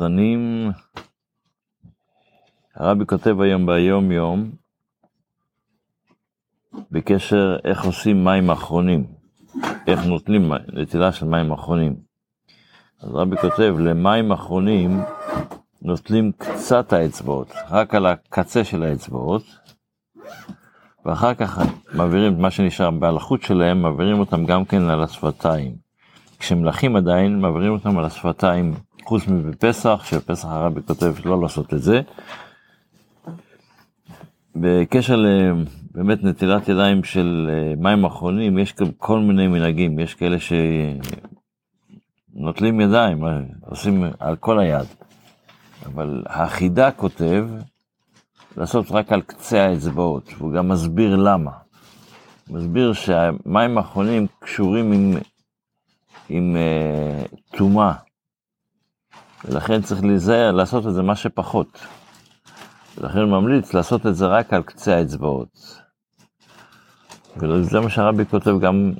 מאזנים. הרבי כותב היום ביום יום בקשר איך עושים מים אחרונים, איך נוטלים נטילה של מים אחרונים. אז רבי כותב למים אחרונים נוטלים קצת האצבעות, רק על הקצה של האצבעות, ואחר כך מעבירים את מה שנשאר בהלחות שלהם, מעבירים אותם גם כן על השפתיים. כשמלכים עדיין מעבירים אותם על השפתיים, חוץ מבפסח, שבפסח הרבי כותב לא לעשות את זה. בקשר באמת נטילת ידיים של מים אחרונים, יש כל מיני מנהגים, יש כאלה שנוטלים ידיים, עושים על כל היד. אבל החידה כותב לעשות רק על קצה האצבעות, והוא גם מסביר למה. הוא מסביר שהמים האחרונים קשורים עם תומה, ולכן צריך להיזהר לעשות את זה מה שפחות. ולכן ממליץ לעשות את זה רק על קצה האצבעות. וזה מה שהרבי כותב גם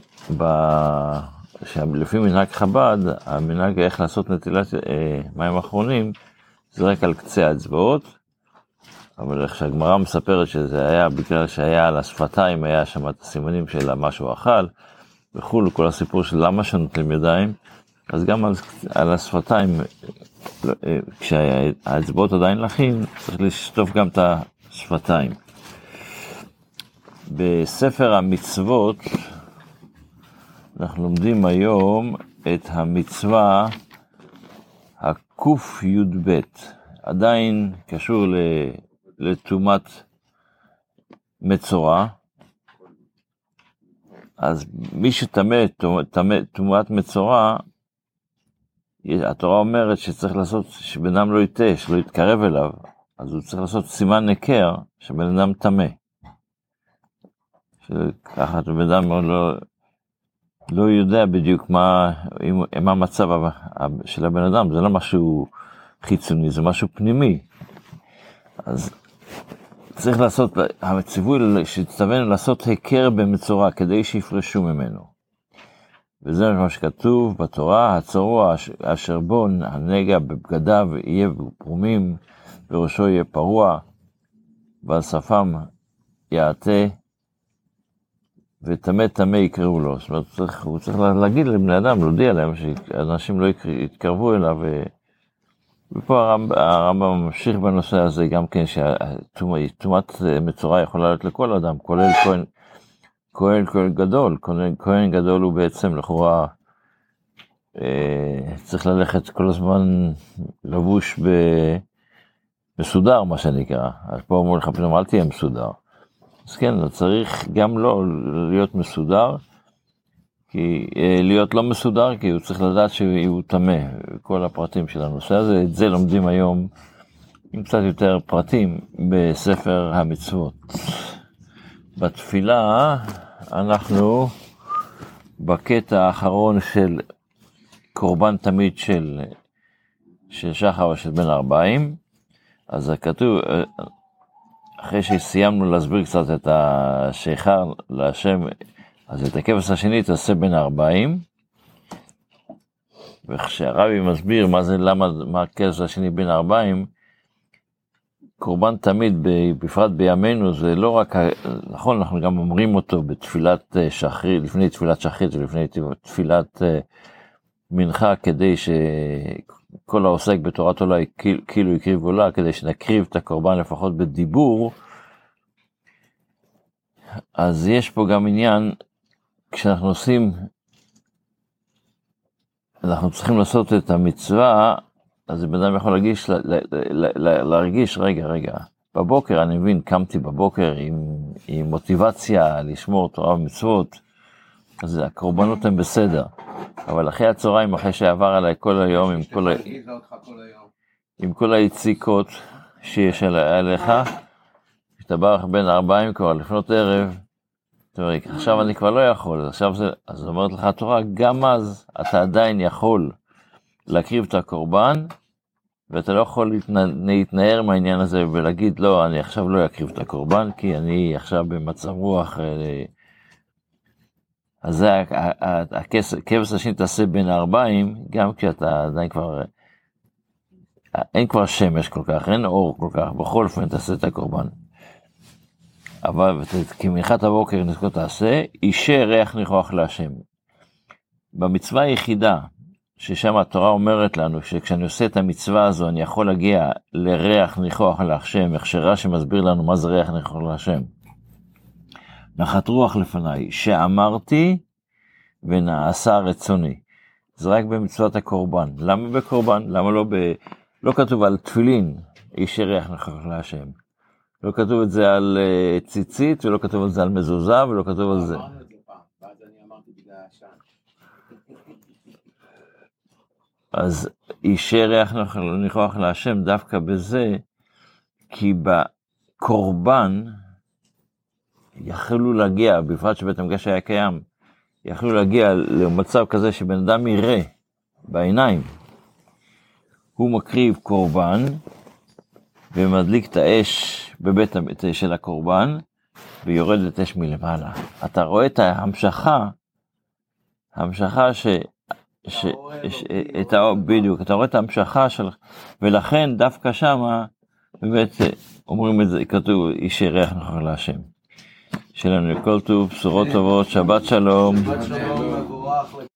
לפי מנהג חב"ד, המנהג איך לעשות נטילת מים אחרונים, זה רק על קצה האצבעות, אבל איך שהגמרא מספרת שזה היה בגלל שהיה על השפתיים, היה שם את הסימנים של משהו אכל, וכו', כל הסיפור של למה שנוטלים ידיים, אז גם על השפתיים, כשהאצבעות עדיין לחים, צריך לשטוף גם את השפתיים. בספר המצוות, אנחנו לומדים היום את המצווה הק"י"ב, עדיין קשור לטומאת מצורע. אז מי שטמא טומאת מצורע, התורה אומרת שצריך לעשות, שבן אדם לא יטעה, שלא יתקרב אליו, אז הוא צריך לעשות סימן ניכר שבן אדם טמא. שככה בן אדם לא יודע בדיוק מה המצב של הבן אדם, זה לא משהו חיצוני, זה משהו פנימי. אז צריך לעשות, הציווי שתצטווינו לעשות היכר במצורע כדי שיפרשו ממנו. וזה מה שכתוב בתורה, הצרוע אשר בו הנגע בבגדיו יהיה פרומים, וראשו יהיה פרוע, ועל שפם יעטה, וטמא טמא יקראו לו. זאת אומרת, הוא צריך להגיד לבני אדם, להודיע להם שאנשים לא יתקרבו אליו. ופה הרמב"ם ממשיך בנושא הזה גם כן, שטומאת מצורע יכולה להיות לכל אדם, כולל כהן גדול. כהן גדול הוא בעצם לכאורה צריך ללכת כל הזמן לבוש מסודר, מה שנקרא. אז פה אמרו לך פתאום אל תהיה מסודר. אז כן, צריך גם לא להיות מסודר, כי להיות לא מסודר, כי הוא צריך לדעת שהוא טמא, כל הפרטים של הנושא הזה. את זה לומדים היום עם קצת יותר פרטים בספר המצוות. בתפילה אנחנו בקטע האחרון של קורבן תמיד של שחר או של בן 40. אז כתוב, אחרי שסיימנו להסביר קצת את השחר להשם, אז את הכבש השני תעשה בן 40. וכשהרבי מסביר מה הכבש השני בן 40, קורבן תמיד, בפרט בימינו, זה לא רק, נכון, אנחנו גם אומרים אותו בתפילת שחרית, לפני תפילת שחרית ולפני תפילת מנחה, כדי שכל העוסק בתורת עולה כאילו יקריב עולה, כדי שנקריב את הקורבן לפחות בדיבור. אז יש פה גם עניין, כשאנחנו עושים, אנחנו צריכים לעשות את המצווה, אז בן אדם יכול להרגיש, רגע, בבוקר, אני מבין, קמתי בבוקר עם מוטיבציה לשמור תורה ומצוות, אז הקורבנות הן בסדר, אבל אחרי הצהריים, אחרי שעבר עליי כל היום, עם כל היציקות שיש עליך, כשאתה בא בין 40 כבר לפנות ערב, עכשיו אני כבר לא יכול, אז אומרת לך התורה, גם אז אתה עדיין יכול להקריב את הקורבן, ואתה לא יכול להתנער מהעניין הזה ולהגיד, לא, אני עכשיו לא אקריב את הקורבן, כי אני עכשיו במצב רוח. אז זה הכבש השני תעשה בין 40, גם כשאתה עדיין כבר אין כבר שמש כל כך, אין אור כל כך, בכל אופן תעשה את הקורבן. אבל כמנחת הבוקר נזכור תעשה, אישר ריח ניחוח להשם. במצווה היחידה, ששם התורה אומרת לנו, שכשאני עושה את המצווה הזו, אני יכול להגיע לריח ניחוח להשם, הכשרה שמסביר לנו מה זה ריח ניחוח להשם. נחת רוח לפניי, שאמרתי ונעשה רצוני. זה רק במצוות הקורבן. למה בקורבן? למה לא כתוב על תפילין, אישר ריח ניחוח להשם. לא כתוב את זה על ציצית, ולא כתוב את זה על מזוזה, ולא כתוב על זה. אמרנו את זה פעם, ואז אני אמרתי בגלל השם. אז אישר ריח ניחוח להשם דווקא בזה, כי בקורבן יכלו להגיע, בפרט שבית המקדש היה קיים, יכלו להגיע למצב כזה שבן אדם יראה בעיניים. הוא מקריב קורבן, ומדליק את האש בבית של הקורבן, ויורדת אש מלמעלה. אתה רואה את ההמשכה בדיוק, אתה רואה את ההמשכה של, ולכן דווקא שמה, באמת אומרים את זה, כתוב, איש ריח ניחוח להשם. שלנו לכל טוב, בשורות טובות, שבת שלום.